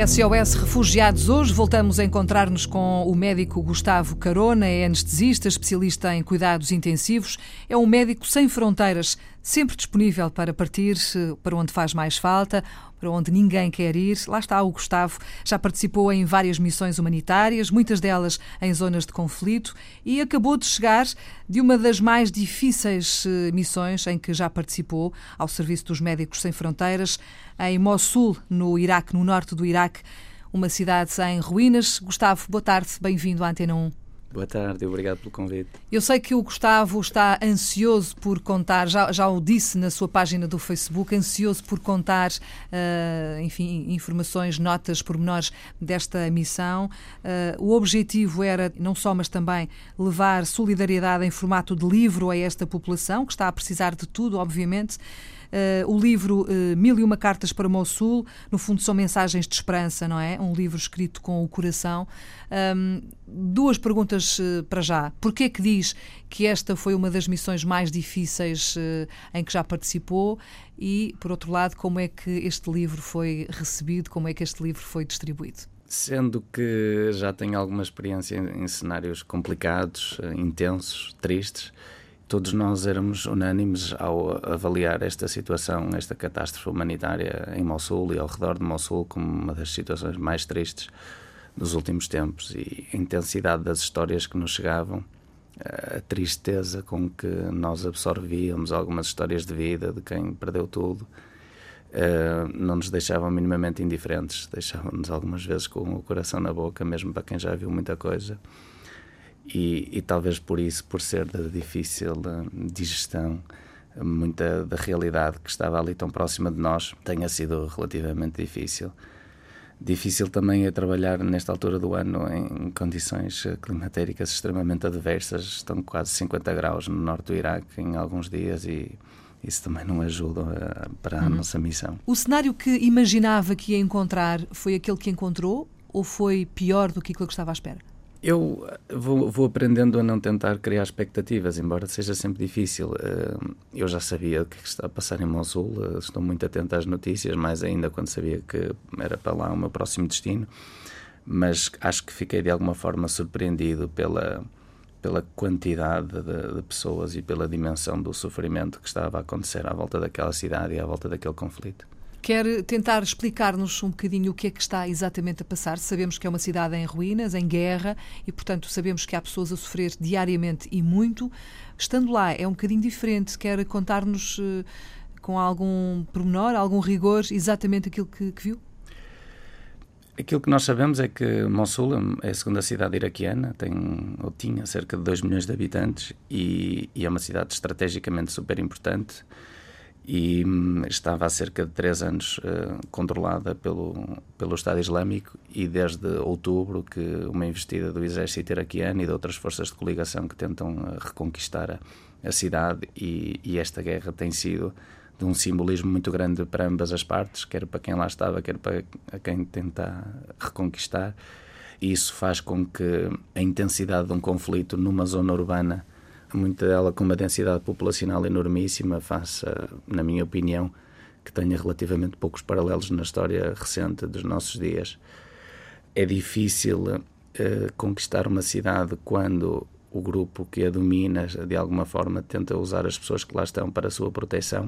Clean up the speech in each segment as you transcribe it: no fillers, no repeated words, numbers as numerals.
SOS Refugiados. Hoje voltamos a encontrar-nos com o médico Gustavo Carona, é anestesista, especialista em cuidados intensivos. É um médico sem fronteiras, sempre disponível para partir para onde faz mais falta, para onde ninguém quer ir. Lá está o Gustavo, já participou em várias missões humanitárias, muitas delas em zonas de conflito, e acabou de chegar de uma das mais difíceis missões em que já participou, ao serviço dos Médicos Sem Fronteiras, em Mossul, no Iraque, no norte do Iraque, uma cidade em ruínas. Gustavo, boa tarde, bem-vindo à Antena 1. Boa tarde, obrigado pelo convite. Eu sei que o Gustavo está ansioso por contar, já o disse na sua página do Facebook, ansioso por contar, informações, notas, pormenores desta missão. O objetivo era, não só, mas também, levar solidariedade em formato de livro a esta população, que está a precisar de tudo, obviamente. O livro 1001 Cartas para Mossul, no fundo são mensagens de esperança, não é? Um livro escrito com o coração. Duas perguntas para já. Porquê que diz que esta foi uma das missões mais difíceis em que já participou? E, por outro lado, como é que este livro foi recebido, como é que este livro foi distribuído? Sendo que já tenho alguma experiência em cenários complicados, intensos, tristes, todos nós éramos unânimes ao avaliar esta situação, esta catástrofe humanitária em Mossul e ao redor de Mossul como uma das situações mais tristes dos últimos tempos, e a intensidade das histórias que nos chegavam, a tristeza com que nós absorvíamos algumas histórias de vida de quem perdeu tudo, não nos deixavam minimamente indiferentes, deixavam-nos algumas vezes com o coração na boca, mesmo para quem já viu muita coisa. E talvez por isso, por ser de difícil digestão, muita da realidade que estava ali tão próxima de nós tenha sido relativamente difícil. Difícil também é trabalhar nesta altura do ano em condições climatéricas extremamente adversas. Estão quase 50 graus no norte do Iraque em alguns dias, e isso também não ajuda para a nossa missão. O cenário que imaginava que ia encontrar foi aquele que encontrou, ou foi pior do que aquilo que estava à espera? Eu vou aprendendo a não tentar criar expectativas, embora seja sempre difícil. Eu já sabia o que está a passar em Mossul, estou muito atento às notícias, mais ainda quando sabia que era para lá o meu próximo destino, mas acho que fiquei de alguma forma surpreendido pela quantidade de pessoas e pela dimensão do sofrimento que estava a acontecer à volta daquela cidade e à volta daquele conflito. Quer tentar explicar-nos um bocadinho o que é que está exatamente a passar? Sabemos que é uma cidade em ruínas, em guerra, e, portanto, sabemos que há pessoas a sofrer diariamente e muito. Estando lá, é um bocadinho diferente. Quer contar-nos com algum pormenor, algum rigor, exatamente aquilo que viu? Aquilo que nós sabemos é que Mossul é a segunda cidade iraquiana, tinha cerca de 2 milhões de habitantes, e é uma cidade estrategicamente super importante, e estava há cerca de 3 anos controlada pelo Estado Islâmico, e desde outubro que uma investida do exército iraquiano e de outras forças de coligação que tentam reconquistar a cidade, e esta guerra tem sido de um simbolismo muito grande para ambas as partes, quer para quem lá estava, quer para quem tenta reconquistar, e isso faz com que a intensidade de um conflito numa zona urbana, muita dela com uma densidade populacional enormíssima, faça, na minha opinião, que tenha relativamente poucos paralelos na história recente dos nossos dias. É difícil conquistar uma cidade quando o grupo que a domina, de alguma forma, tenta usar as pessoas que lá estão para a sua proteção.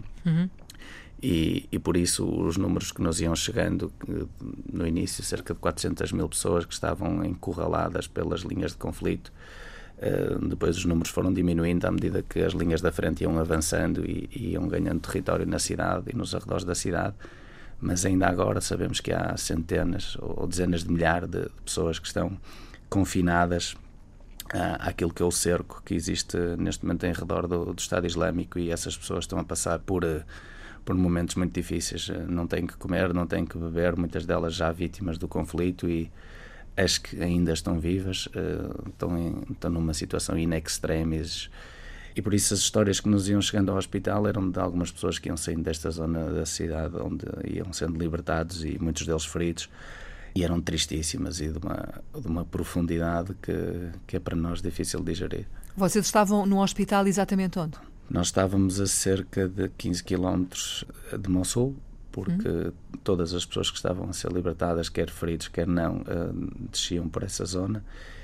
E por isso os números que nos iam chegando, no início cerca de 400 mil pessoas que estavam encurraladas pelas linhas de conflito, depois os números foram diminuindo à medida que as linhas da frente iam avançando e iam ganhando território na cidade e nos arredores da cidade, mas ainda agora sabemos que há centenas ou dezenas de milhares de pessoas que estão confinadas àquilo que é o cerco que existe neste momento em redor do Estado Islâmico, e essas pessoas estão a passar por momentos muito difíceis. Não têm que comer, não têm que beber, muitas delas já vítimas do conflito, e as que ainda estão vivas estão numa situação in extremis, e por isso as histórias que nos iam chegando ao hospital eram de algumas pessoas que iam saindo desta zona da cidade onde iam sendo libertados, e muitos deles feridos, e eram tristíssimas e de uma profundidade que é para nós difícil de digerir. Vocês estavam no hospital exatamente onde? Nós estávamos a cerca de 15 km de Mossul, porque todas as pessoas que estavam a ser libertadas, quer feridos, quer não, desciam por essa zona.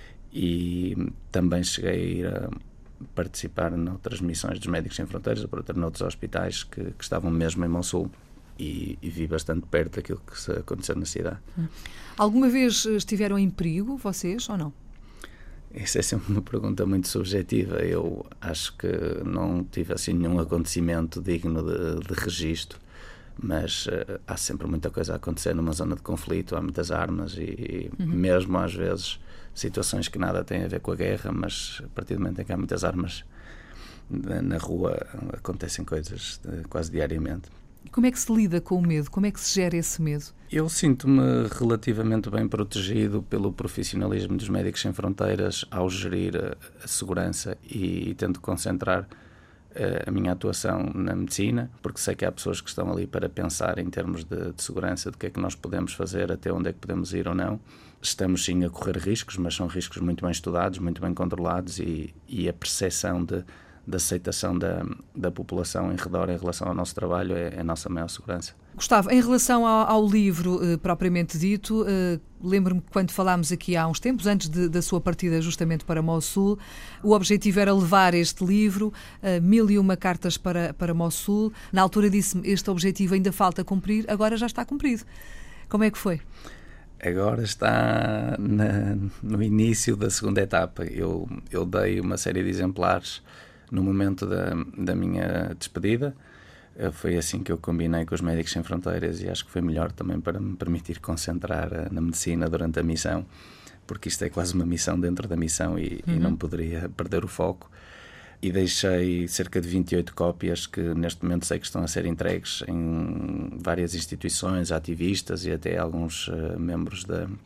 E também cheguei a ir a participar noutras missões dos Médicos Sem Fronteiras, para noutros hospitais que estavam mesmo em Mossul, e vi bastante perto daquilo que se aconteceu na cidade. Alguma vez estiveram em perigo, vocês, ou não? Essa é sempre uma pergunta muito subjetiva. Eu acho que não tive assim nenhum acontecimento digno de registro, mas há sempre muita coisa a acontecer numa zona de conflito, há muitas armas e mesmo às vezes situações que nada têm a ver com a guerra, mas a partir do momento em que há muitas armas na rua, acontecem coisas quase diariamente. Como é que se lida com o medo? Como é que se gera esse medo? Eu sinto-me relativamente bem protegido pelo profissionalismo dos Médicos Sem Fronteiras ao gerir a segurança e tento concentrar a minha atuação na medicina, porque sei que há pessoas que estão ali para pensar em termos de segurança, do que é que nós podemos fazer, até onde é que podemos ir ou não. Estamos sim a correr riscos, mas são riscos muito bem estudados, muito bem controlados, e a percepção de aceitação da população em redor em relação ao nosso trabalho é a nossa maior segurança. Gustavo, em relação ao livro propriamente dito, lembro-me que quando falámos aqui há uns tempos, antes da sua partida justamente para Mossul, o objetivo era levar este livro, 1001 cartas para Mossul. Na altura disse-me, este objetivo ainda falta cumprir, agora já está cumprido. Como é que foi? Agora está no início da segunda etapa. Eu dei uma série de exemplares no momento da minha despedida. Foi assim que eu combinei com os Médicos Sem Fronteiras, e acho que foi melhor também para me permitir concentrar na medicina durante a missão, porque isto é quase uma missão dentro da missão e não poderia perder o foco. E deixei cerca de 28 cópias que neste momento sei que estão a ser entregues em várias instituições, ativistas e até alguns membros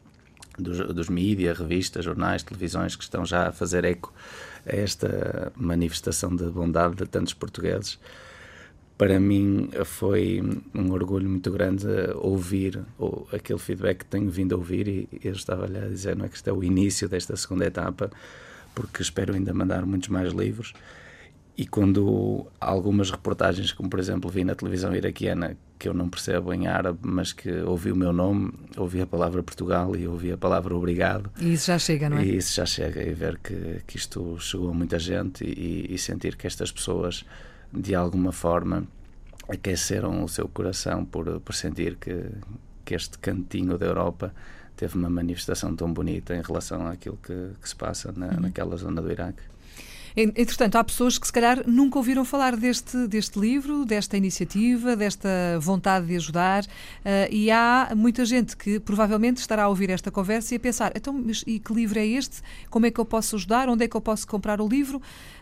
dos mídias, revistas, jornais, televisões, que estão já a fazer eco a esta manifestação de bondade de tantos portugueses. Para mim foi um orgulho muito grande ouvir aquele feedback que tenho vindo a ouvir, e eu estava-lhe a dizer, não é, que este é o início desta segunda etapa, porque espero ainda mandar muitos mais livros. E quando algumas reportagens, como por exemplo vi na televisão iraquiana, que eu não percebo em árabe, mas que ouvi o meu nome, ouvi a palavra Portugal e ouvi a palavra obrigado. E isso já chega, não é? E isso já chega, e ver que isto chegou a muita gente e sentir que estas pessoas, de alguma forma, aqueceram o seu coração por sentir que este cantinho da Europa teve uma manifestação tão bonita em relação àquilo que se passa naquela zona do Iraque. Entretanto, há pessoas que se calhar nunca ouviram falar deste livro, desta iniciativa, desta vontade de ajudar, e há muita gente que provavelmente estará a ouvir esta conversa e a pensar, então, mas e que livro é este? Como é que eu posso ajudar? Onde é que eu posso comprar o livro?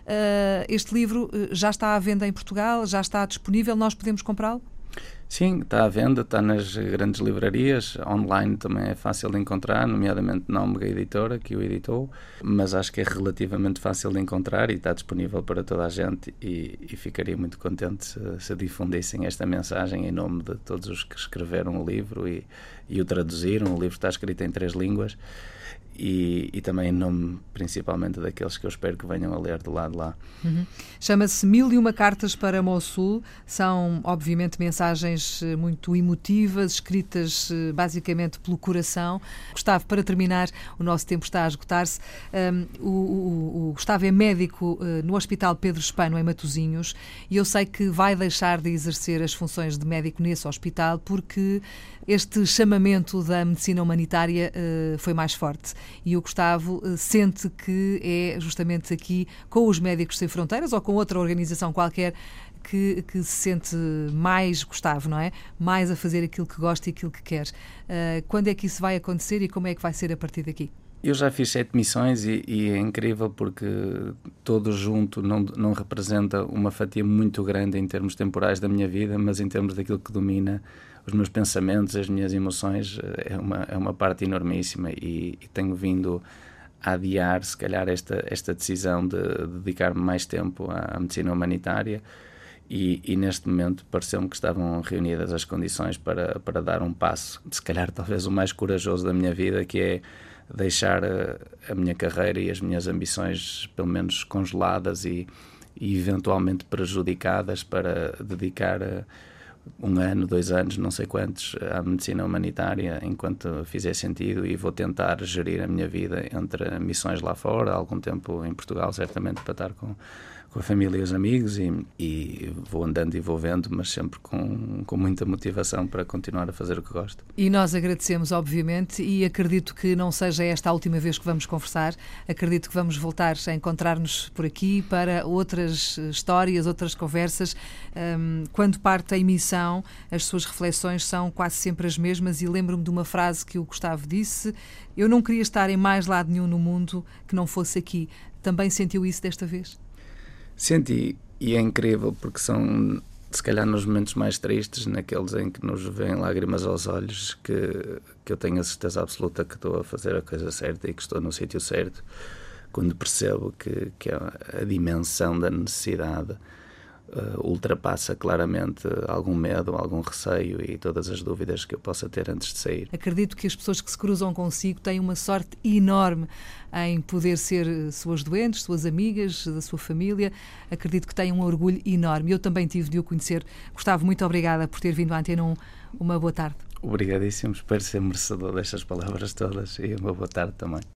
Este livro já está à venda em Portugal? Já está disponível? Nós podemos comprá-lo? Sim, está à venda, está nas grandes livrarias, online também é fácil de encontrar, nomeadamente na Omega Editora, que o editou, mas acho que é relativamente fácil de encontrar e está disponível para toda a gente, e ficaria muito contente se difundissem esta mensagem em nome de todos os que escreveram o livro e o traduziram. O livro está escrito em 3 línguas, e também em nome principalmente daqueles que eu espero que venham a ler do lado de lá. Chama-se 1001 cartas para Mossul. São obviamente mensagens muito emotivas, escritas basicamente pelo coração. Gustavo, para terminar, o nosso tempo está a esgotar-se. O Gustavo é médico no Hospital Pedro Espano, em Matosinhos, e eu sei que vai deixar de exercer as funções de médico nesse hospital porque este chamamento da medicina humanitária foi mais forte. E o Gustavo sente que é justamente aqui, com os Médicos Sem Fronteiras ou com outra organização qualquer, que se sente mais Gustavo, não é? Mais a fazer aquilo que gosta e aquilo que quer. Quando é que isso vai acontecer e como é que vai ser a partir daqui? Eu já fiz 7 missões e é incrível porque todo junto não representa uma fatia muito grande em termos temporais da minha vida, mas em termos daquilo que domina os meus pensamentos, as minhas emoções, é uma parte enormíssima, e tenho vindo a adiar, se calhar, esta decisão de dedicar-me mais tempo à medicina humanitária, e neste momento pareceu-me que estavam reunidas as condições para dar um passo, se calhar talvez o mais corajoso da minha vida, que é deixar a minha carreira e as minhas ambições pelo menos congeladas e eventualmente prejudicadas, para dedicar 1 ano, 2 anos, não sei quantos, à medicina humanitária enquanto fizer sentido, e vou tentar gerir a minha vida entre missões lá fora, algum tempo em Portugal, certamente para estar com a família e os amigos, e vou andando e vou vendo, mas sempre com muita motivação para continuar a fazer o que gosto. E nós agradecemos, obviamente, e acredito que não seja esta a última vez que vamos conversar. Acredito que vamos voltar a encontrar-nos por aqui para outras histórias, outras conversas. Quando parte em missão, as suas reflexões são quase sempre as mesmas, e lembro-me de uma frase que o Gustavo disse: eu não queria estar em mais lado nenhum no mundo que não fosse aqui. Também sentiu isso desta vez? Senti, e é incrível, porque são, se calhar, nos momentos mais tristes, naqueles em que nos vêm lágrimas aos olhos, que eu tenho a certeza absoluta que estou a fazer a coisa certa e que estou no sítio certo, quando percebo que a dimensão da necessidade ultrapassa claramente algum medo, algum receio e todas as dúvidas que eu possa ter antes de sair. Acredito que as pessoas que se cruzam consigo têm uma sorte enorme em poder ser suas doentes, suas amigas, da sua família. Acredito que têm um orgulho enorme. Eu também tive de o conhecer. Gustavo, muito obrigada por ter vindo à Antena 1. Uma boa tarde. Obrigadíssimo, espero ser merecedor destas palavras todas, e uma boa tarde também.